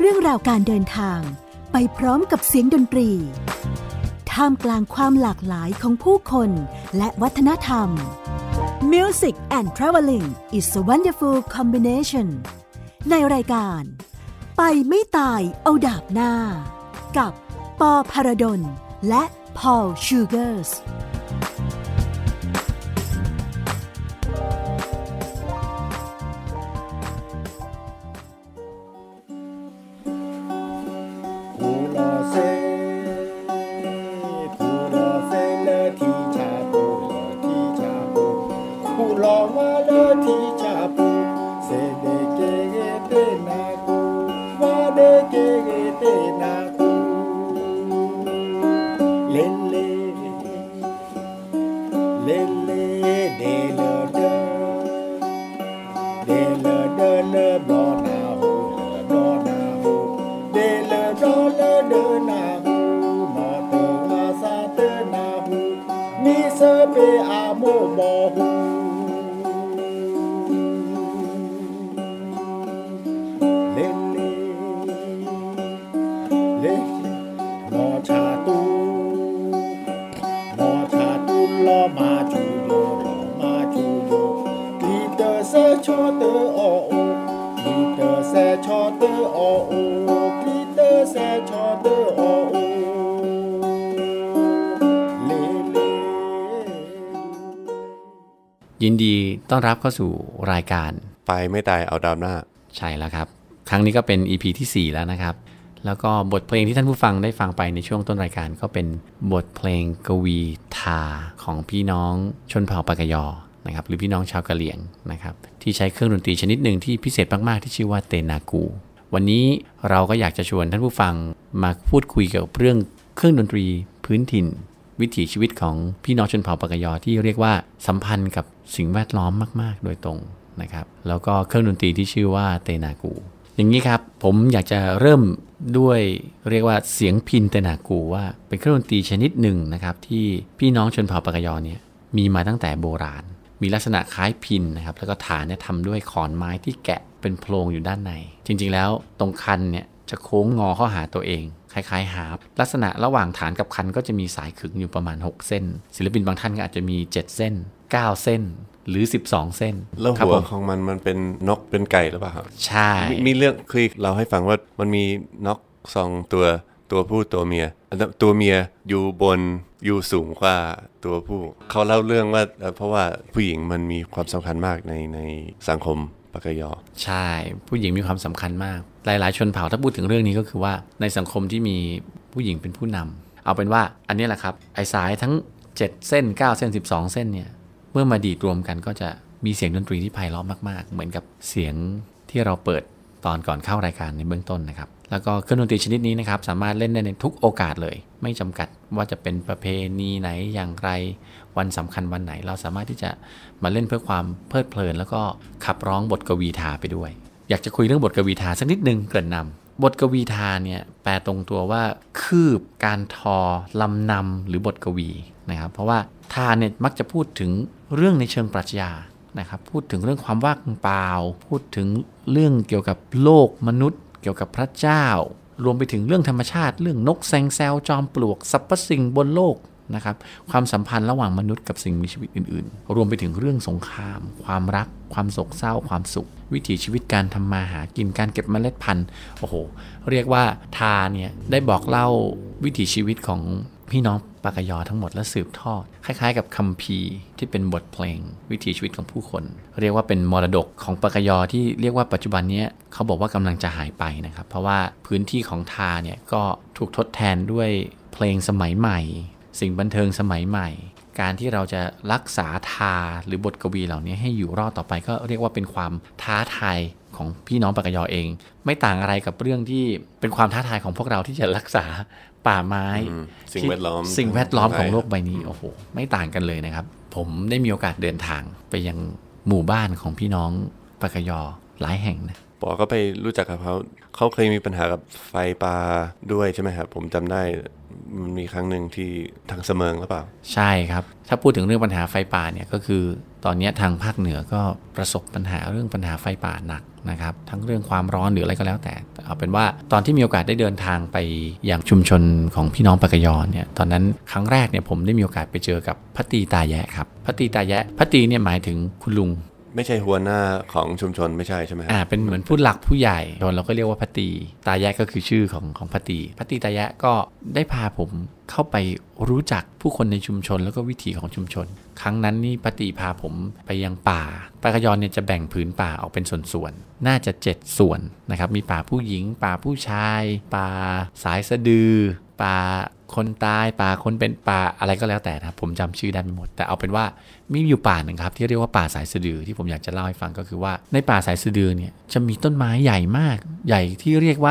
รื่องราวการเดินทางไปพร้อมกับเสียงดนตรีท่ามกลางความหลากหลายของผู้คนและวัฒนธรรม Music and Traveling is a wonderful combination ในรายการไปไม่ตายเอาดาบหน้ากับปอภรดลและพอลชูเกอร์สยินดีต้อนรับเข้าสู่รายการไปไม่ตายเอาดาบหน้าใช่แล้วครับครั้งนี้ก็เป็น EP ที่4แล้วนะครับแล้วก็บทเพลงที่ท่านผู้ฟังได้ฟังไปในช่วงต้นรายการก็เป็นบทเพลงกวีทาของพี่น้องชนเผ่าปากยอนะครับหรือพี่น้องชาวกะเหรี่ยงนะครับที่ใช้เครื่องดนตรีชนิดหนึ่งที่พิเศษมากๆที่ชื่อว่าเตนากูวันนี้เราก็อยากจะชวนท่านผู้ฟังมาพูดคุยเกี่ยวกับเรื่องเครื่องดนตรีพื้นถิ่นวิถีชีวิตของพี่น้องชนเผ่าปากยอที่เรียกว่าสัมพันธ์กับสิ่งแวดล้อมมากๆโดยตรงนะครับแล้วก็เครื่องดนตรีที่ชื่อว่าเตนากูอย่างนี้ครับผมอยากจะเริ่มด้วยเรียกว่าเสียงพิณเตนากูว่าเป็นเครื่องดนตรีชนิดหนึ่งนะครับที่พี่น้องชนเผ่าปากยอเนี่ยมีมาตั้งแต่โบราณมีลักษณะคล้ายพิณนะครับแล้วก็ฐานเนี่ยทำด้วยขอนไม้ที่แกะเป็นโพรงอยู่ด้านในจริงๆแล้วตรงคันเนี่ยจะโค้งงอเข้าหาตัวเองคล้ายๆฮาร์ปลักษณะระหว่างฐานกับคันก็จะมีสายขึงอยู่ประมาณ6เส้นศิลปินบางท่านก็อาจจะมี7เส้น9เส้นหรือ12เส้นแล้วหัวของมันเป็นนกเป็นไก่หรือเปล่าครับใช่มีเรื่องคุยเราให้ฟังว่ามันมีนก2ตัวผู้ตัวเมียตัวเมียอยู่บนอยู่สูงกว่าตัวผู้เขาเล่าเรื่องว่าเพราะว่าผู้หญิงมันมีความสำคัญมากในสังคมปากยอใช่ผู้หญิงมีความสำคัญมากหลายๆชนเผ่าถ้าพูดถึงเรื่องนี้ก็คือว่าในสังคมที่มีผู้หญิงเป็นผู้นำเอาเป็นว่าอันนี้แหละครับไอ้สายทั้ง7เส้น9เส้น12เส้นเนี่ยเมื่อมาดีดรวมกันก็จะมีเสียงดนตรีที่ไพเราะมากๆเหมือนกับเสียงที่เราเปิดตอนก่อนเข้ารายการในเบื้องต้นนะครับแล้วก็เครื่องดนตรีชนิดนี้นะครับสามารถเล่นได้ในทุกโอกาสเลยไม่จำกัดว่าจะเป็นประเพณีไหนอย่างไรวันสำคัญวันไหนเราสามารถที่จะมาเล่นเพื่อความเพลิดเพลินแล้วก็ขับร้องบทกวีทาไปด้วยอยากจะคุยเรื่องบทกวีทาสักนิดนึงเกริ่นนำบทกวีทาเนี่ยแปลตรงตัวว่าคืบการทอลำนำหรือบทกวีนะครับเพราะว่าทาเนี่ยมักจะพูดถึงเรื่องในเชิงปรัชญานะครับพูดถึงเรื่องความว่างเปล่าพูดถึงเรื่องเกี่ยวกับโลกมนุษย์เกี่ยวกับพระเจ้ารวมไปถึงเรื่องธรรมชาติเรื่องนกแซงแซวจอมปลวกสรรพสิ่งบนโลกนะครับความสัมพันธ์ระหว่างมนุษย์กับสิ่งมีชีวิตอื่นๆรวมไปถึงเรื่องสงครามความรักความโศกเศร้าความสุขวิถีชีวิตการทำมาหากินการเก็บเมล็ดพันธุ์โอ้โหเรียกว่าทาเนี่ยได้บอกเล่าวิถีชีวิตของพี่น้องปากยอทั้งหมดและสืบทอดคล้ายๆกับคัมภีร์ที่เป็นบทเพลงวิถีชีวิตของผู้คนเรียกว่าเป็นมรดกของปากยอที่เรียกว่าปัจจุบันนี้เขาบอกว่ากำลังจะหายไปนะครับเพราะว่าพื้นที่ของทาเนี่ยก็ถูกทดแทนด้วยเพลงสมัยใหม่สิ่งบันเทิงสมัยใหม่การที่เราจะรักษาทาหรือบทกวีเหล่านี้ให้อยู่รอดต่อไปก็เรียกว่าเป็นความท้าทายของพี่น้องปากยอเองไม่ต่างอะไรกับเรื่องที่เป็นความท้าทายของพวกเราที่จะรักษาป่าไม้สิ่งแวดล้อมของโลกใบนี้โอ้โหไม่ต่างกันเลยนะครับผมได้มีโอกาสเดินทางไปยังหมู่บ้านของพี่น้องปากยอหลายแห่งนะปอก็ไปรู้จักกับเขาเคยมีปัญหากับไฟป่าด้วยใช่ไหมครับผมจำได้มันมีครั้งหนึ่งที่ทางเสมิงหรือเปล่าใช่ครับถ้าพูดถึงเรื่องปัญหาไฟป่าเนี่ยก็คือตอนนี้ทางภาคเหนือก็ประสบปัญหาเรื่องปัญหาไฟป่าหนักนะครับทั้งเรื่องความร้อนหรืออะไรก็แล้วแต่เอาเป็นว่าตอนที่มีโอกาสได้เดินทางไปอย่างชุมชนของพี่น้องปากยอเนี่ยตอนนั้นครั้งแรกเนี่ยผมได้มีโอกาสไปเจอกับพระตรีตาแยะครับพระตรีตาแยะพระตรีเนี่ยหมายถึงคุณลุงไม่ใช่หัวหน้าของชุมชนไม่ใช่ไหมเป็นเหมือนผู้หลักผู้ใหญ่เราก็เรียกว่าพระตรีตาแยะก็คือชื่อของพระตรีตาแยะก็ได้พาผมเข้าไปรู้จักผู้คนในชุมชนแล้วก็วิถีของชุมชนครั้งนั้นนี่พระตรีพาผมไปยังป่าปากยอเนี่ยจะแบ่งผืนป่าออกเป็นส่วนๆน่าจะ7ส่วนนะครับมีป่าผู้หญิงป่าผู้ชายป่าสายสะดือป่าคนตายป่าคนเป็นป่าอะไรก็แล้วแต่นะผมจำชื่อได้ไม่หมดแต่เอาเป็นว่ามีอยู่ป่าหนึ่งครับที่เรียกว่าป่าสายสะดือที่ผมอยากจะเล่าให้ฟังก็คือว่าในป่าสายสะดือเนี่ยจะมีต้นไม้ใหญ่มากใหญ่ที่เรียกว่า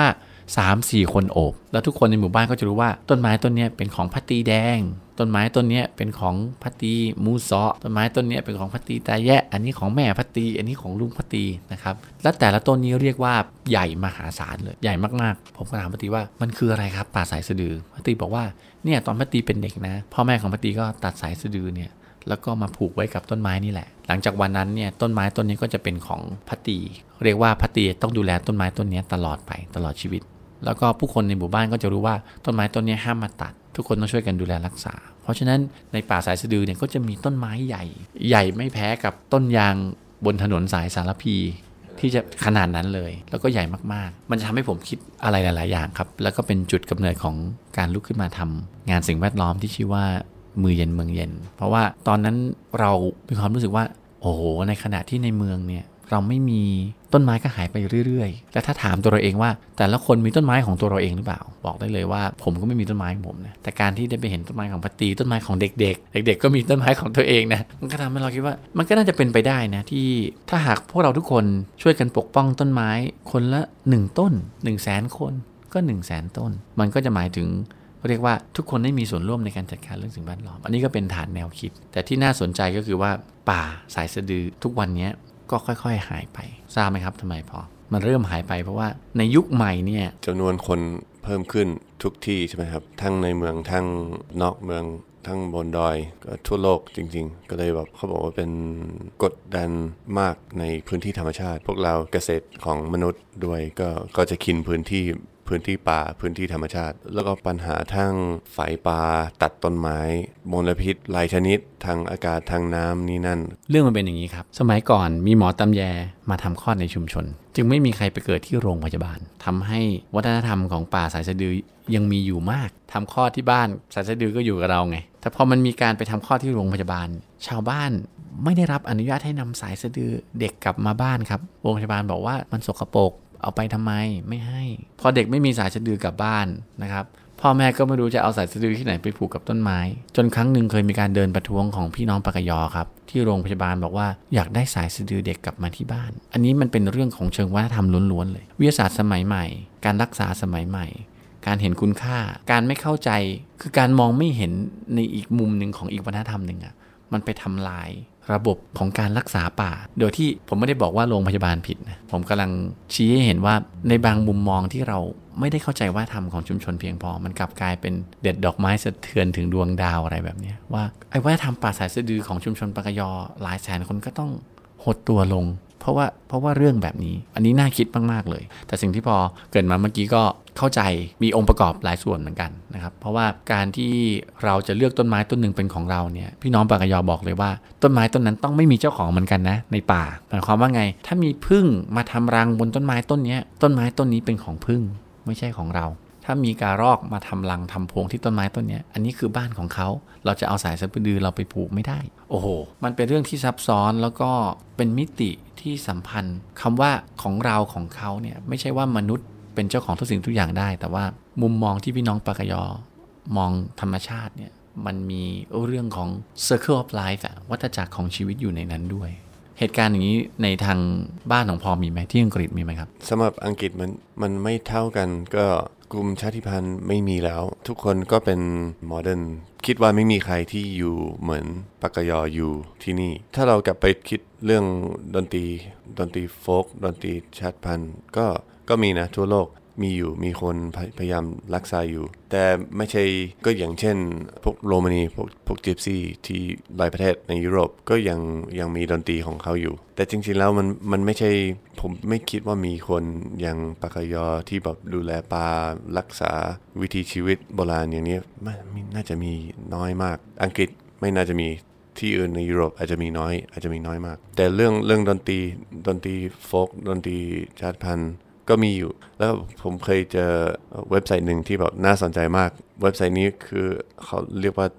3-4 คนโอบแล้วทุกคนในหมู่บ้านก็จะรู้ว่าต้นไม้ต้นนี้เป็นของพระตรีแดงต้นไม้ต้นนี้เป็นของพระตรีมูซอต้นไม้ต้นนี้เป็นของพระตรีตาแยะอันนี้ของแม่พระตรีอันนี้ของลุงพระตรีนะครับและแต่ละต้นนี้เรียกว่าใหญ่มหาศาลเลยใหญ่มากๆผมก็ถามพระตรีว่ามันคืออะไรครับป่าสายสะดือพระตรีบอกว่าเนี่ยตอนพระตรีเป็นเด็กนะพ่อแม่ของพระตรีก็ตัดสายสะดือเนี่ยแล้วก็มาผูกไว้กับต้นไม้นี่แหละหลังจากวันนั้นเนี่ยต้นไม้ต้นนี้ก็จะเป็นของพระตรีเรียกว่าพระตรีต้องดูแลต้นไม้ต้นนี้ตลอดไปตลอดชีวิตแล้วก็ผู้คนในหมู่บ้านก็จะรู้ว่าต้นไม้ต้นนี้ห้ามมาตัดทุกคนต้องช่วยกันดูแลรักษาเพราะฉะนั้นในป่าสายสะดือเนี่ยก็จะมีต้นไม้ใหญ่ไม่แพ้กับต้นยางบนถนนสายสารพีที่จะขนาดนั้นเลยแล้วก็ใหญ่มากๆมันจะทำให้ผมคิดอะไรหลายๆอย่างครับแล้วก็เป็นจุดกำเนิดของการลุกขึ้นมาทำงานสิ่งแวดล้อมที่ชื่อว่ามือเย็นเมืองเย็นเพราะว่าตอนนั้นเรามีความรู้สึกว่าโอ้โหในขณะที่ในเมืองเนี่ยเราไม่มีต้นไม้ก็หายไปเรื่อยๆและถ้าถามตัวเราเองว่าแต่ละคนมีต้นไม้ของตัวเราเองหรือเปล่าบอกได้เลยว่าผมก็ไม่มีต้นไม้ของผมนะแต่การที่ได้ไปเห็นต้นไม้ของพระตรีต้นไม้ของเด็กๆก็มีต้นไม้ของตัวเองนะมันก็ทำให้เราคิดว่ามันก็น่าจะเป็นไปได้นะที่ถ้าหากพวกเราทุกคนช่วยกันปกป้องต้นไม้คนละ1ต้น 100,000 คนก็ 100,000 ต้นมันก็จะหมายถึงเรียกว่าทุกคนได้มีส่วนร่วมในการจัดการเรื่องสิ่งแวดล้อมอันนี้ก็เป็นฐานแนวคิดแต่ที่น่าสนใจก็คือว่าป่าสายสะดือทุกวันนี้ก็ค่อยๆหายไปทราบไหมครับทำไมพอมันเริ่มหายไปเพราะว่าในยุคใหม่เนี่ยจำนวนคนเพิ่มขึ้นทุกที่ใช่ไหมครับทั้งในเมืองทั้งนอกเมืองทั้งบนดอยก็ทั่วโลกจริงๆก็เลยแบบเขาบอกว่าเป็นกดดันมากในพื้นที่ธรรมชาติพวกเราเกษตรของมนุษย์ด้วยก็จะกินพื้นที่ป่าพื้นที่ธรรมชาติแล้วก็ปัญหาทั้งไฟป่าตัดต้นไม้มลพิษหลายชนิดทางอากาศทางน้ำนี่นั่นเรื่องมันเป็นอย่างนี้ครับสมัยก่อนมีหมอตำแยมาทำคลอดในชุมชนจึงไม่มีใครไปเกิดที่โรงพยาบาลทำให้วัฒนธรรมของป่าสายสะดือยังมีอยู่มากทำคลอดที่บ้านสายสะดือก็อยู่กับเราไงแต่พอมันมีการไปทำคลอดที่โรงพยาบาลชาวบ้านไม่ได้รับอนุญาตให้นำสายสะดือเด็กกลับมาบ้านครับโรงพยาบาลบอกว่ามันสกปรกเอาไปทำไมไม่ให้พอเด็กไม่มีสายสะดือกลับบ้านนะครับพ่อแม่ก็ไม่รู้จะเอาสายสะดือที่ไหนไปผูกกับต้นไม้จนครั้งหนึ่งเคยมีการเดินประท้วงของพี่น้องปากยอครับที่โรงพยาบาลบอกว่าอยากได้สายสะดือเด็กกลับมาที่บ้านอันนี้มันเป็นเรื่องของเชิงวัฒนธรรมล้วนๆเลยวิทยาศาสตร์สมัยใหม่การรักษาสมัยใหม่การเห็นคุณค่าการไม่เข้าใจคือการมองไม่เห็นในอีกมุมหนึ่งของอีกวัฒนธรรมหนึ่งอ่ะมันไปทำลายระบบของการรักษาป่าโดยที่ผมไม่ได้บอกว่าโรงพยาบาลผิดนะผมกำลังชี้ให้เห็นว่าในบางมุมมองที่เราไม่ได้เข้าใจว่าธรรมของชุมชนเพียงพอมันกลับกลายเป็นเด็ดดอกไม้สะเทือนถึงดวงดาวอะไรแบบนี้ว่าไอ้วัฒนธรรมป่าสายสะดือของชุมชนปากยอหลายแสนคนก็ต้องหดตัวลงเพราะว่าเรื่องแบบนี้อันนี้น่าคิดมากๆเลยแต่สิ่งที่พอเกิดมาเมื่อกี้ก็เข้าใจมีองค์ประกอบหลายส่วนเหมือนกันนะครับเพราะว่าการที่เราจะเลือกต้นไม้ต้นหนึ่งเป็นของเราเนี่ยพี่น้องปากยอบอกเลยว่าต้นไม้ต้นนั้นต้องไม่มีเจ้าของเหมือนกันนะในป่าหมายความว่าไงถ้ามีผึ้งมาทำรังบนต้นไม้ต้นนี้ต้นไม้ต้นนี้เป็นของผึ้งไม่ใช่ของเราถ้ามีการอกมาทำรังทำพวงที่ต้นไม้ต้นนี้อันนี้คือบ้านของเขาเราจะเอาสายสะดือเราไปผูกไม่ได้โอ้โหมันเป็นเรื่องที่ซับซ้อนแล้วก็เป็นมิติที่สัมพันธ์คำว่าของเราของเขาเนี่ยไม่ใช่ว่ามนุษย์เป็นเจ้าของทุกสิ่งทุกอย่างได้แต่ว่ามุมมองที่พี่น้องปากยอมองธรรมชาติเนี่ยมันมีเรื่องของ circle of life วัฏจักรของชีวิตอยู่ในนั้นด้วยเหตุการณ์อย่างนี้ในทางบ้านของพอมีไหมที่อังกฤษมีไหมครับสำหรับอังกฤษมันไม่เท่ากันก็กลุ่มชาติพันธุ์ไม่มีแล้วทุกคนก็เป็นโมเดิร์นคิดว่าไม่มีใครที่อยู่เหมือนปากยออยู่ที่นี่ถ้าเรากลับไปคิดเรื่องดนตรีโฟล์กดนตรีชาติพันธุ์ก็มีนะทั่วโลกมีคนพยายามรักษาอยู่แต่ไม่ใช่ก็อย่างเช่นพวกโรมานีพวกจิปซีที่หลายประเทศในยุโรปก็ยังมีดนตรีของเขาอยู่แต่จริงๆแล้วมันไม่ใช่ผมไม่คิดว่ามีคนอย่างปากยอที่แบบดูแลปลารักษาวิถีชีวิตโบราณอย่างนี้น่าจะมีน้อยมากอังกฤษไม่น่าจะมีที่อื่นในยุโรปอาจจะมีน้อยมากแต่เรื่องดนตรีโฟล์กดนตรีชาติพันธุ์ก็มีอยู่แล้วผมเคยเจอเว็บไซต์หนึ่งที่แบบน่าสนใจมากเว็บไซต์นี้คือเขาเรียกว่า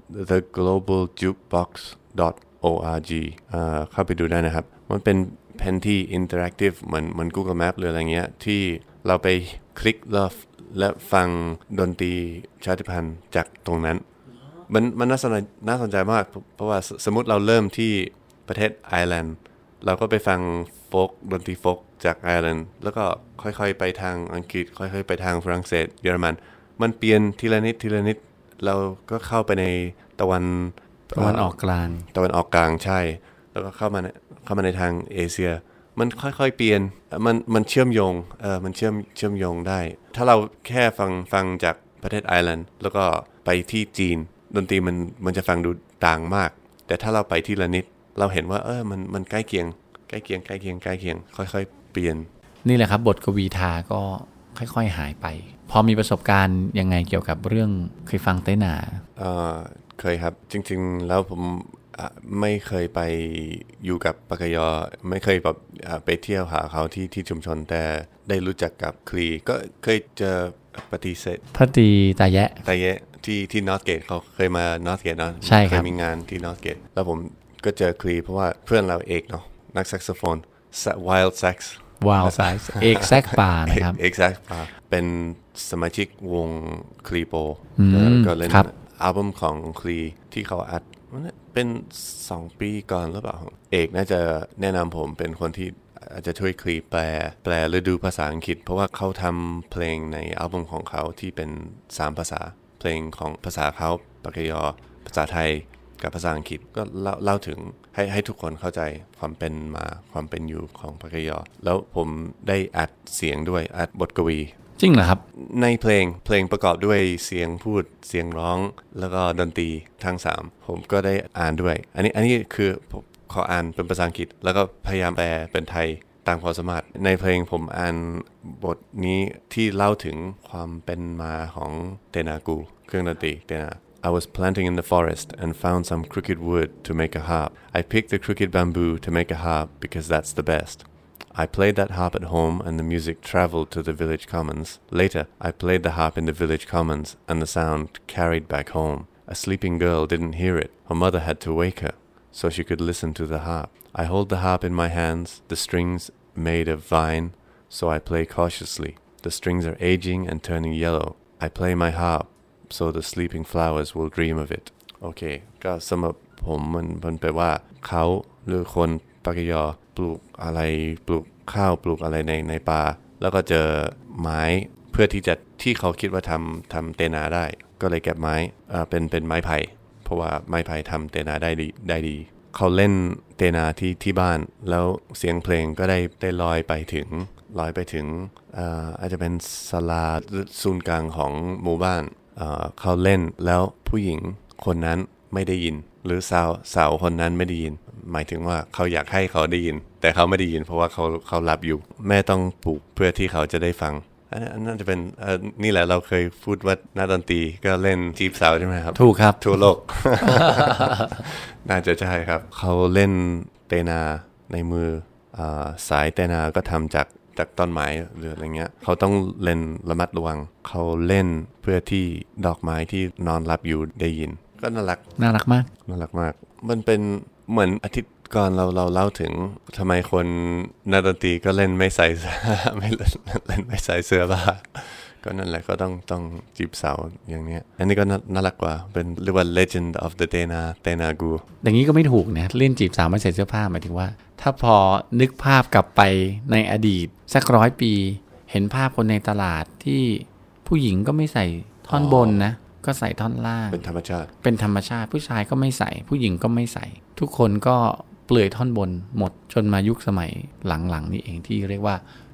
theglobaljukebox.org เข้าไปดูได้นะครับมันเป็นแผนที่อินเทอร์แอคทีฟเหมือน Google Map หรืออะไรเงี้ยที่เราไปคลิกและฟังดนตรีชาติพันธุ์จากตรงนั้นมันน่าสนใจมากเพราะว่าสมมติเราเริ่มที่ประเทศไอร์แลนด์เราก็ไปฟังโฟล์กดนตรีโฟล์กจากไอร์แลนด์แล้วก็ค่อยๆไปทางอังกฤษค่อยๆไปทางฝรั่งเศสเยอรมันมันเปลี่ยนทีละนิดเราก็เข้าไปในตะวันออกกลางใช่แล้วก็เข้ามาในทางเอเชียมันค่อยๆเปลี่ยนมันเชื่อมโยงมันเชื่อมโยงได้ถ้าเราแค่ฟังจากประเทศไอร์แลนด์แล้วก็ไปที่จีนดนตรีมันจะฟังดูต่างมากแต่ถ้าเราไปทีละนิดเราเห็นว่ามันใกล้เคียงค่อยๆเปลี่ยนนี่แหละครับบทกวีทาก็ค่อยๆหายไปพอมีประสบการณ์ยังไงเกี่ยวกับเรื่องเคยฟังเต้หนาเคยครับจริงๆแล้วผมไม่เคยไปอยู่กับปากยอไม่เคยแบบไปเที่ยวหาเขาที่ชุมชนแต่ได้รู้จักกับคลีก็เคยเจอปฏิเสธพอดีตาแยะที่นอร์ทเกตเขาเคยมานอร์ทเกตเนาะใช่ครับเคยมีงานที่นอร์ทเกตแล้วผมก็เจอคลีเพราะว่าเพื่อนเราเอกเนาะนักแซกโซโฟน Wild Sax เอกแซกป่านะครับเอกแซกป่าเป็นสมาชิกวงคลีโปก็เล่นอัลบั้มของคลีที่เขาอัดเป็น2 ปีก่อนหรือเปล่าเอกน่าจะแนะนำผมเป็นคนที่อาจจะช่วยคลีแปลหรือดูภาษาอังกฤษเพราะว่าเขาทำเพลงในอัลบั้มของเขาที่เป็น3ภาษาเพลงของภาษาเขาปากยอภาษาไทยกับภาษาอังกฤษก็เล่าถึงให้ทุกคนเข้าใจความเป็นมาความเป็นอยู่ของปากยอแล้วผมได้อัดเสียงด้วยอัดบทกวีจริงเหรอครับในเพลงประกอบด้วยเสียงพูดเสียงร้องแล้วก็ดนตรีทั้ง3ผมก็ได้อ่านด้วยอันนี้คือขออ่านเป็นภาษาอังกฤษแล้วก็พยายามแปลเป็นไทยตามความสามารถในเพลงผมอ่านบทนี้ที่เล่าถึงความเป็นมาของเตนากูเครื่องดนตรีเตนาI was planting in the forest and found some crooked wood to make a harp. I picked the crooked bamboo to make a harp because that's the best. I played that harp at home and the music traveled to the village commons. Later, I played the harp in the village commons and the sound carried back home. A sleeping girl didn't hear it. Her mother had to wake her so she could listen to the harp. I hold the harp in my hands, the strings made of vine, so I play cautiously. The strings are aging and turning yellow. I play my harp.So the sleeping flowers will dream of it โอเคก็สำหรับผมมันแปลว่าเขาหรือคนปากยอปลูกอะไรปลูกข้าวปลูกอะไรในป่าแล้วก็เจอไม้เพื่อที่เขาคิดว่าทำเตนาได้ก็เลยเก็บไม้เป็นไม้ไผ่เพราะว่าไม้ไผ่ทำเตนาได้ดีเขาเล่นเตนาที่บ้านแล้วเสียงเพลงก็ได้ลอยไปถึงอาจจะเป็นศาลาศูนย์กลางของหมู่บ้านเขาเล่นแล้วผู้หญิงคนนั้นไม่ได้ยินหรือสาวคนนั้นไม่ได้ยินหมายถึงว่าเขาอยากให้เขาได้ยินแต่เขาไม่ได้ยินเพราะว่าเขาหลับอยู่แม่ต้องปลุกเพื่อที่เขาจะได้ฟังอันนั้นจะเป็นนี่แหละเราเคยพูดว่านักดนตรีก็เล่นจีบสาวใช่ไหมครับถูกครับทั่วโลก น่าจะใช่ครับเขาเล่นเตนาในมือสายเตนาก็ทำจากต้นไม้หรืออะไรเงี้ยเขาต้องเล่นระมัดระวังเขาเล่นเพื่อที่ดอกไม้ที่นอนรับอยู่ได้ยินก็น่ารักมากมันเป็นเหมือนอาทิตย์ก่อนเราเล่าถึงทำไมคนนักดนตรีก็เล่นไม่ใส่ไม่เล่นไม่ใส่เสื้อผ้าก็นั่นแหละก็ต้องจีบสาวอย่างเนี้ยอันนี้ก็น่ารักกว่าเป็นเรียกว่า Legend of the Tenagu อย่างนี้ก็ไม่ถูกนะเล่นจีบสาวไม่ใส่เสื้อผ้าหมายถึงว่าถ้าพอนึกภาพกลับไปในอดีตสัก100 ปีเห็นภาพคนในตลาดที่ผู้หญิงก็ไม่ใส่ท่อนบนนะก็ใส่ท่อนล่างเป็นธรรมชาติผู้ชายก็ไม่ใส่ผู้หญิงก็ไม่ใส่ทุกคนก็เปลือยท่อนบนหมดจนมายุคสมัยหลังๆนี่เองที่เรียกว่า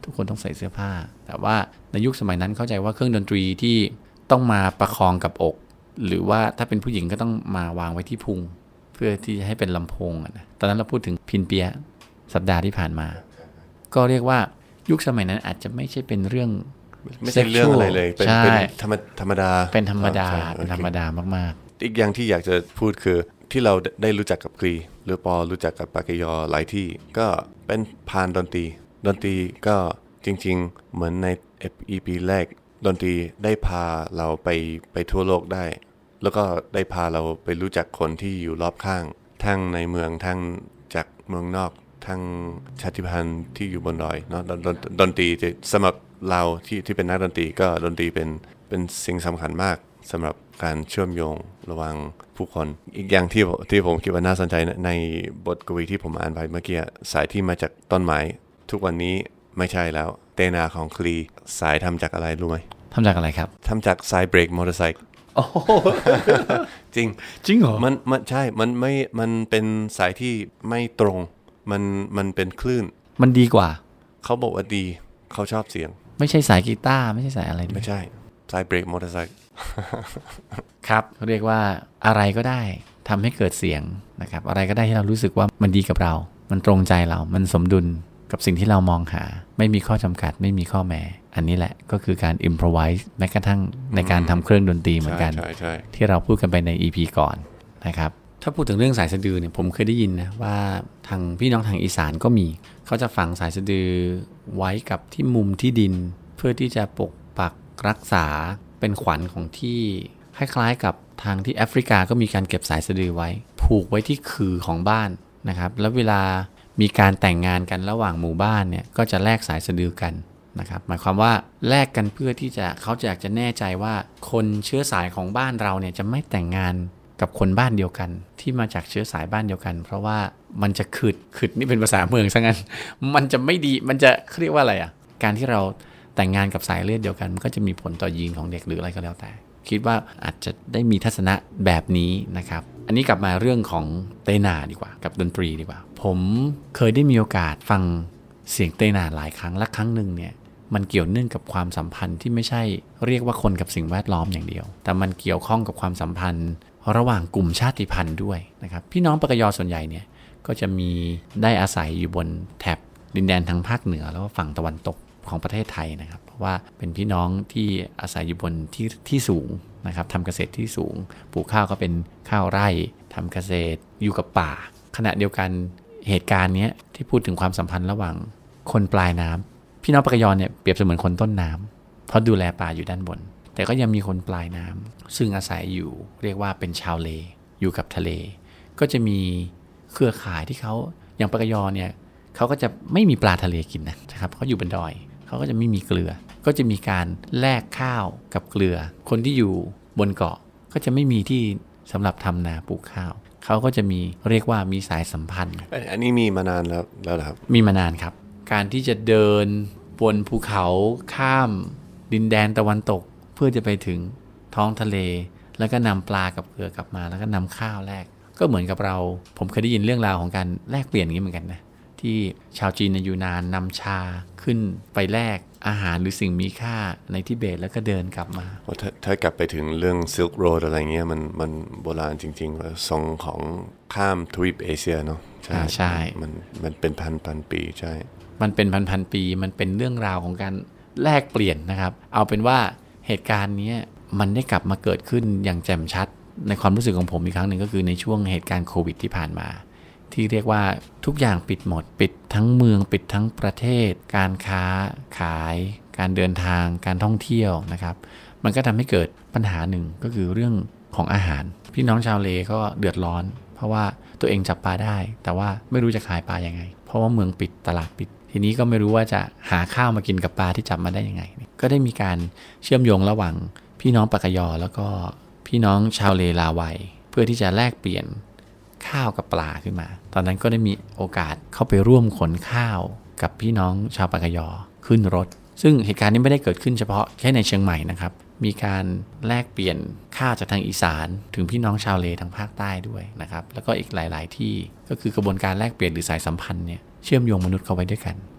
ทุกคนต้องใส่เสื้อผ้าแต่ว่าในยุคสมัยนั้นเข้าใจว่าเครื่องดนตรีที่ต้องมาประคองกับอกหรือว่าถ้าเป็นผู้หญิงก็ต้องมาวางไว้ที่พุงเพื่อที่จะให้เป็นลำโพงนะตอนนั้นเราพูดถึงพินเปียสัปดาห์ที่ผ่านมาก็เรียกว่ายุคสมัยนั้นอาจจะไม่ใช่เป็นเรื่องไม่ใช่เรื่องอะไรเลยเป็นธรรมดาเป็นธรรมดามากๆอีกอย่างที่อยากจะพูดคือที่เราได้รู้จักกับกรีหรือปอรู้จักกับปากยอหลายที่ก็เป็นผ่านดนตรีก็จริงๆเหมือนใน EP แรกดนตรีได้พาเราไปทั่วโลกได้แล้วก็ได้พาเราไปรู้จักคนที่อยู่รอบข้างทั้งในเมืองทั้งจากเมืองนอกทั้งชาติพันธุ์ที่อยู่บนดอยเนาะดนตรีสำหรับเราที่เป็นนักดนตรีก็ดนตรีเป็นสิ่งสำคัญมากสำหรับการเชื่อมโยงระหว่างผู้คนอีกอย่างที่ผมคิดว่าน่าสนใจในบทกวีที่ผมอ่านไปเมื่อกี้สายที่มาจากต้นไม้ทุกวันนี้ไม่ใช่แล้วเตนาของคลีสายทำจากอะไรรู้ไหมทำจากอะไรครับทำจากสายเบรกมอเตอร์ไซค์โอ้จริงเหรอมันใช่มันเป็นสายที่ไม่ตรงมันเป็นคลื่นมันดีกว่าเขาบอกว่าดีเขาชอบเสียงไม่ใช่สายกีตาร์ไม่ใช่สายอะไรไม่ใช่สายเบรกมอเตอร์ไซค์ครับเรียกว่าอะไรก็ได้ทำให้เกิดเสียงนะครับอะไรก็ได้ที่เรารู้สึกว่ามันดีกับเรามันตรงใจเรามันสมดุลกับสิ่งที่เรามองหาไม่มีข้อจำกัดไม่มีข้อแม้อันนี้แหละก็คือการ improvise แม้กระทั่งในการทำเครื่องดนตรีเหมือนกันที่เราพูดกันไปใน EP ก่อนนะครับถ้าพูดถึงเรื่องสายสะดือเนี่ยผมเคยได้ยินนะว่าทางพี่น้องทางอีสานก็มีเขาจะฝังสายสะดือไว้กับที่มุมที่ดินเพื่อที่จะปกปักรักษาเป็นขวัญของที่คล้ายๆกับทางที่แอฟริกาก็มีการเก็บสายสะดือไว้ผูกไว้ที่คือของบ้านนะครับแล้วเวลามีการแต่งงานกันระหว่างหมู่บ้านเนี่ยก็จะแลกสายสะดือกันนะครับหมายความว่าแลกกันเพื่อที่จะเขาอยากจะแน่ใจว่าคนเชื้อสายของบ้านเราเนี่ยจะไม่แต่งงานกับคนบ้านเดียวกันที่มาจากเชื้อสายบ้านเดียวกันเพราะว่ามันจะขึดนี่เป็นภาษาเมืองซะงั้นมันจะไม่ดีมันจะเรียกว่าอะไรอ่ะการที่เราแต่งงานกับสายเลือดเดียวกันมันก็จะมีผลต่อยีนของเด็กหรืออะไรก็แล้วแต่คิดว่าอาจจะได้มีทัศนะแบบนี้นะครับอันนี้กลับมาเรื่องของเตนาดีกว่ากับดนตรีดีกว่าผมเคยได้มีโอกาสฟังเสียงเตนาหลายครั้งและครั้งหนึ่งเนี่ยมันเกี่ยวเนื่องกับความสัมพันธ์ที่ไม่ใช่เรียกว่าคนกับสิ่งแวดล้อมอย่างเดียวแต่มันเกี่ยวข้องกับความสัมพันธ์ระหว่างกลุ่มชาติพันธุ์ด้วยนะครับพี่น้องปกย.ส่วนใหญ่เนี่ยก็จะมีได้อาศัยอยู่บนแถบดินแดนทางภาคเหนือแล้วก็ฝั่งตะวันตกของประเทศไทยนะครับเพราะว่าเป็นพี่น้องที่อาศัยอยู่บนที่สูงนะครับทำเกษตรที่สูงปลูกข้าวก็เป็นข้าวไร่ทำเกษตรอยู่กับป่าขณะเดียวกันเหตุการณ์นี้ที่พูดถึงความสัมพันธ์ระหว่างคนปลายน้ำพี่น้องปกย.เนี่ยเปรียบเสมือนคนต้นน้ำเพราะดูแลป่าอยู่ด้านบนแต่ก็ยังมีคนปลายน้ำซึ่งอาศัยอยู่เรียกว่าเป็นชาวเลอยู่กับทะเลก็จะมีเครือข่ายที่เขาอย่างปกย.เนี่ยเขาก็จะไม่มีปลาทะเลกินนะครับเขาอยู่บนดอยเขาก็จะไม่มีเกลือก็จะมีการแลกข้าวกับเกลือคนที่อยู่บนเกาะก็จะไม่มีที่สำหรับทำนาปลูกข้าวเขาก็จะมีเรียกว่ามีสายสัมพันธ์อันนี้มีมานานแล้วครับมีมานานครับการที่จะเดินบนภูเขาข้ามดินแดนตะวันตกเพื่อจะไปถึงท้องทะเลแล้วก็นำปลากับเกลือกลับมาแล้วก็นำข้าวแลกก็เหมือนกับเราผมเคยได้ยินเรื่องราวของการแลกเปลี่ยนอย่างนี้เหมือนกันนะที่ชาวจีนในยูนานนำชาขึ้นไปแลกอาหารหรือสิ่งมีค่าในทิเบตแล้วก็เดินกลับมาถ้ากลับไปถึงเรื่อง Silk Road อะไรเงี้ยมันโบราณจริงๆส่งของข้ามทวีปเอเชียเนาะใช่มันเป็นพันปีใช่มันเป็นพันปีมันเป็นเรื่องราวของการแลกเปลี่ยนนะครับเอาเป็นว่าเหตุการณ์นี้มันได้กลับมาเกิดขึ้นอย่างแจ่มชัดในความรู้สึกของผมอีกครั้งหนึ่งก็คือในช่วงเหตุการณ์โควิดที่ผ่านมาที่เรียกว่าทุกอย่างปิดหมดปิดทั้งเมืองปิดทั้งประเทศการค้าขายการเดินทางการท่องเที่ยวนะครับมันก็ทำให้เกิดปัญหาหนึ่งก็คือเรื่องของอาหารพี่น้องชาวเลก็เดือดร้อนเพราะว่าตัวเองจับปลาได้แต่ว่าไม่รู้จะขายปลายังไงเพราะว่าเมืองปิดตลาดปิดทีนี้ก็ไม่รู้ว่าจะหาข้าวมากินกับปลาที่จับมาได้ยังไงก็ได้มีการเชื่อมโยงระหว่างพี่น้องปากย.แล้วก็พี่น้องชาวเลลาวัยเพื่อที่จะแลกเปลี่ยนข้าวกับปลาขึ้นมาตอนนั้นก็ได้มีโอกาสเข้าไปร่วมขนข้าวกับพี่น้องชาวปากย.ขึ้นรถซึ่งเหตุการณ์นี้ไม่ได้เกิดขึ้นเฉพาะแค่ในเชียงใหม่นะครับมีการแลกเปลี่ยนข้าวจากทางอีสานถึงพี่น้องชาวเลทางภาคใต้ด้วยนะครับแล้วก็อีกหลายๆที่ก็คือกระบวนการแลกเปลี่ยนหรือสายสัมพันธ์เนี่ยเชื่อมโยงมนุษย์เข้าไว้ด้วยกัน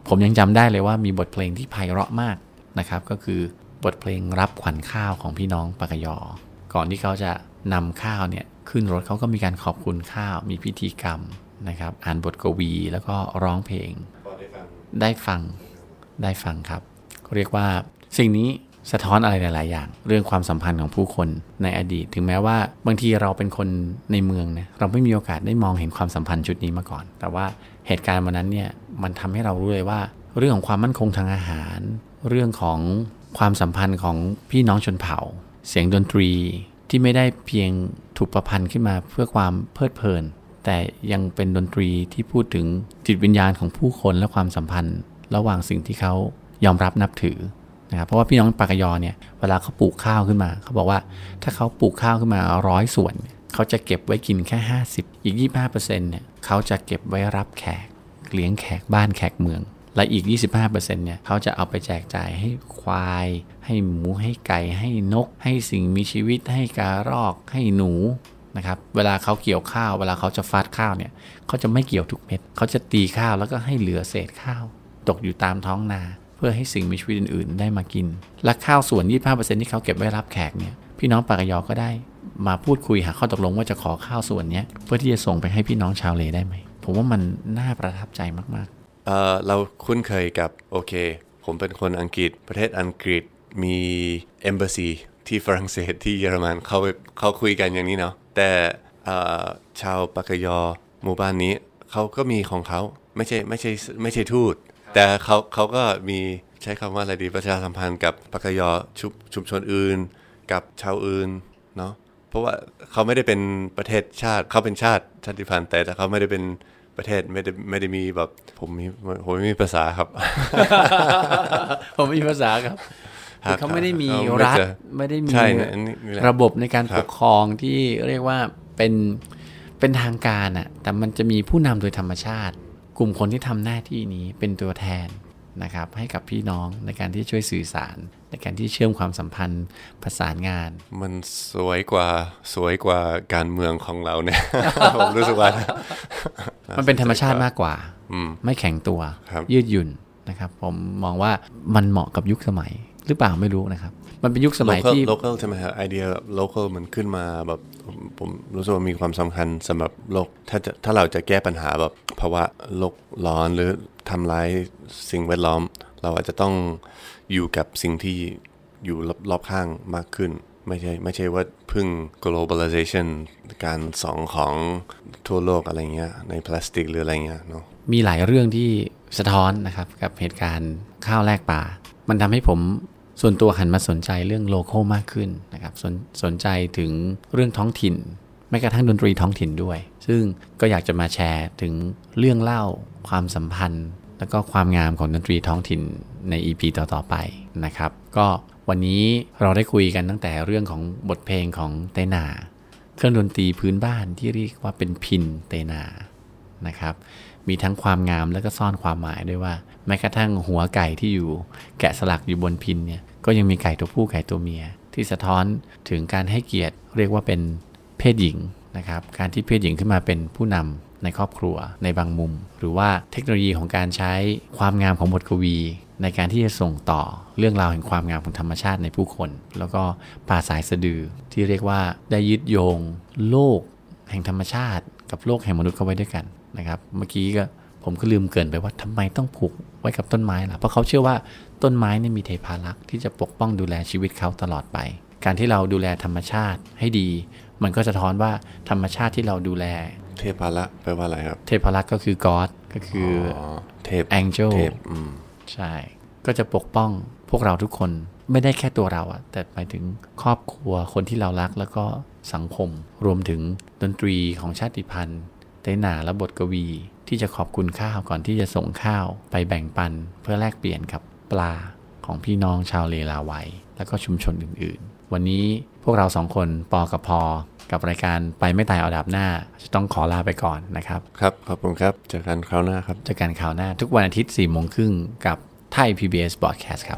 ผมยังจำได้เลยว่ามีบทเพลงที่ไพเราะมากนะครับก็คือบทเพลงรับขวัญข้าวของพี่น้องปากยอก่อนที่เขาจะนำข้าวเนี่ยขึ้นรถเขาก็มีการขอบคุณข้าวมีพิธีกรรมนะครับอ่านบทกวีแล้วก็ร้องเพลงได้ฟังครับเรียกว่าสิ่งนี้สะท้อนอะไรหลายๆอย่างเรื่องความสัมพันธ์ของผู้คนในอดีตถึงแม้ว่าบางทีเราเป็นคนในเมืองเนี่ยเราไม่มีโอกาสได้มองเห็นความสัมพันธ์ชุดนี้มาก่อนแต่ว่าเหตุการณ์วันนั้นเนี่ยมันทำให้เรารู้เลยว่าเรื่องของความมั่นคงทางอาหารเรื่องของความสัมพันธ์ของพี่น้องชนเผ่าเสียงดนตรีที่ไม่ได้เพียงถูกประพันธ์ขึ้นมาเพื่อความเพลิดเพลินแต่ยังเป็นดนตรีที่พูดถึงจิตวิญญาณของผู้คนและความสัมพันธ์ระหว่างสิ่งที่เขายอมรับนับถือนะครับเพราะว่าพี่น้องปากยอเนี่ยเวลาเขาปลูกข้าวขึ้นมาเขาบอกว่าถ้าเขาปลูกข้าวขึ้นมา100 ส่วนเขาจะเก็บไว้กินแค่50อีก 25% เนี่ยเขาจะเก็บไว้รับแขกเลี้ยงแขกบ้านแขกเมืองและอีก 25% เนี่ยเขาจะเอาไปแจกจ่ายให้ควายให้หมูให้ไก่ให้นกให้สิ่งมีชีวิตให้การอกให้หนูนะครับเวลาเขาเกี่ยวข้าวเวลาเขาจะฟาดข้าวเนี่ยเขาจะไม่เกี่ยวทุกเม็ดเขาจะตีข้าวแล้วก็ให้เหลือเศษข้าวตกอยู่ตามท้องนาเพื่อให้สิ่งมีชีวิตอื่นๆได้มากินและข้าวส่วน 25% ที่เขาเก็บไว้รับแขกเนี่ยพี่น้องปากยอก็ได้มาพูดคุยหาข้อตกลงว่าจะขอข้าวส่วนนี้เพื่อที่จะส่งไปให้พี่น้องชาวเลได้ไหมผมว่ามันน่าประทับใจมากๆเราคุ้นเคยกับโอเคผมเป็นคนอังกฤษประเทศอังกฤษมี embassy ที่ฝรั่งเศสที่เยอรมันเขาคุยกันอย่างนี้เนาะแต่ชาวปากยอหมู่บ้านนี้เขาก็มีของเขาไม่ใช่ทูตแต่เขาก็มีใช้คำว่าอะไรดีประชาสัมพันธ์กับปากยอชุมชนอื่นกับชาวอื่นเนาะเพราะว่าเขาไม่ได้เป็นประเทศชาติเขาเป็นชาติพันธุ์แต่เขาไม่ได้เป็นประเทศไม่ได้มีแบบผมไม่มีภาษาครับผมไม่มีภาษาครับเขาไม่ได้มีรัฐไม่ได้มีระบบในการปกครองที่เรียกว่าเป็นทางการอ่ะแต่มันจะมีผู้นำโดยธรรมชาติกลุ่มคนที่ทำหน้าที่นี้เป็นตัวแทนนะครับให้กับพี่น้องในการที่ช่วยสื่อสารในการที่เชื่อมความสัมพันธ์ประสานงานมันสวยกว่าการเมืองของเราเนี่ย ผมรู้สึกว่ามันเป็นธรรมชาติมากกว่าไม่แข็งตัวยืดหยุ่นนะครับผมมองว่ามันเหมาะกับยุคสมัยหรือเปล่าไม่รู้นะครับมันเป็นยุคสมัยที่ local ใช่ไหมครับไอเดีย local มันขึ้นมาแบบผมรู้สึกว่ามีความสำคัญสำหรับโลกถ้าเราจะแก้ปัญหาแบบภาวะโลกร้อนหรือทำลายสิ่งแวดล้อมเราอาจจะต้องอยู่กับสิ่งที่อยู่รอบข้างมากขึ้นไม่ใช่ว่าพึ่ง globalization การส่องของทั่วโลกอะไรเงี้ยในพลาสติกหรืออะไรเงี้ยเนาะมีหลายเรื่องที่สะท้อนนะครับกับเหตุการณ์ข้าวแลกป่ามันทำให้ผมส่วนตัวหันมาสนใจเรื่องโลคอลมากขึ้นนะครับสนใจถึงเรื่องท้องถิ่นแม้กระทั่งดนตรีท้องถิ่นด้วยซึ่งก็อยากจะมาแชร์ถึงเรื่องเล่าความสัมพันธ์แล้วก็ความงามของดนตรีท้องถิ่นใน EP ต่อๆไปนะครับก็วันนี้เราได้คุยกันตั้งแต่เรื่องของบทเพลงของเตนาเครื่องดนตรีพื้นบ้านที่เรียกว่าเป็นพินเตนานะครับมีทั้งความงามและก็ซ่อนความหมายด้วยว่าแม้กระทั่งหัวไก่ที่อยู่แกะสลักอยู่บนพินเนี่ยก็ยังมีไก่ตัวผู้ไก่ตัวเมียที่สะท้อนถึงการให้เกียรติเรียกว่าเป็นเพศหญิงนะครับการที่เพศหญิงขึ้นมาเป็นผู้นำในครอบครัวในบางมุมหรือว่าเทคโนโลยีของการใช้ความงามของบทกวีในการที่จะส่งต่อเรื่องราวแห่งความงามของธรรมชาติในผู้คนแล้วก็ป่าสายสะดือที่เรียกว่าได้ยึดโยงโลกแห่งธรรมชาติกับโลกแห่งมนุษย์เข้าไว้ด้วยกันนะครับเมื่อกี้ก็ผมก็ลืมเกริ่นไปว่าทำไมต้องผูกไว้กับต้นไม้ล่ะเพราะเขาเชื่อว่าต้นไม้นี่มีเทพารักษ์ที่จะปกป้องดูแลชีวิตเขาตลอดไปการที่เราดูแลธรรมชาติให้ดีมันก็สะท้อนว่าธรรมชาติที่เราดูแลเทพารักษ์แปลว่าอะไรครับเทพารักษ์ก็คือ God ก็คือเทพ Angel ใช่ก็จะปกป้องพวกเราทุกคนไม่ได้แค่ตัวเราแต่หมายถึงครอบครัวคนที่เรารักแล้วก็สังคมรวมถึงดนตรีของชาติพันธุ์เตนาและบทกวีที่จะขอบคุณข้าวก่อนที่จะส่งข้าวไปแบ่งปันเพื่อแลกเปลี่ยนกับปลาของพี่น้องชาวเลลาวัยและก็ชุมชนอื่นๆวันนี้พวกเราสองคนปอกับพอกับรายการไปไม่ตายเอาดาบหน้าจะต้องขอลาไปก่อนนะครับครับขอบคุณครับเจอกันคราวหน้าครับเจอกันคราวหน้าทุกวันอาทิตย์ 4:30 น.กับไทย PBS Broadcast ครับ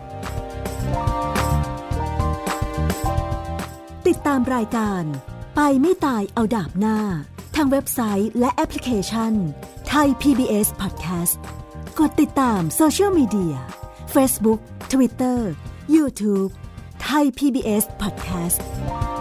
ติดตามรายการไปไม่ตายเอาดาบหน้าทางเว็บไซต์และแอปพลิเคชัน Thai PBS Podcast กดติดตามโซเชียลมีเดีย Facebook Twitter YouTube Thai PBS Podcast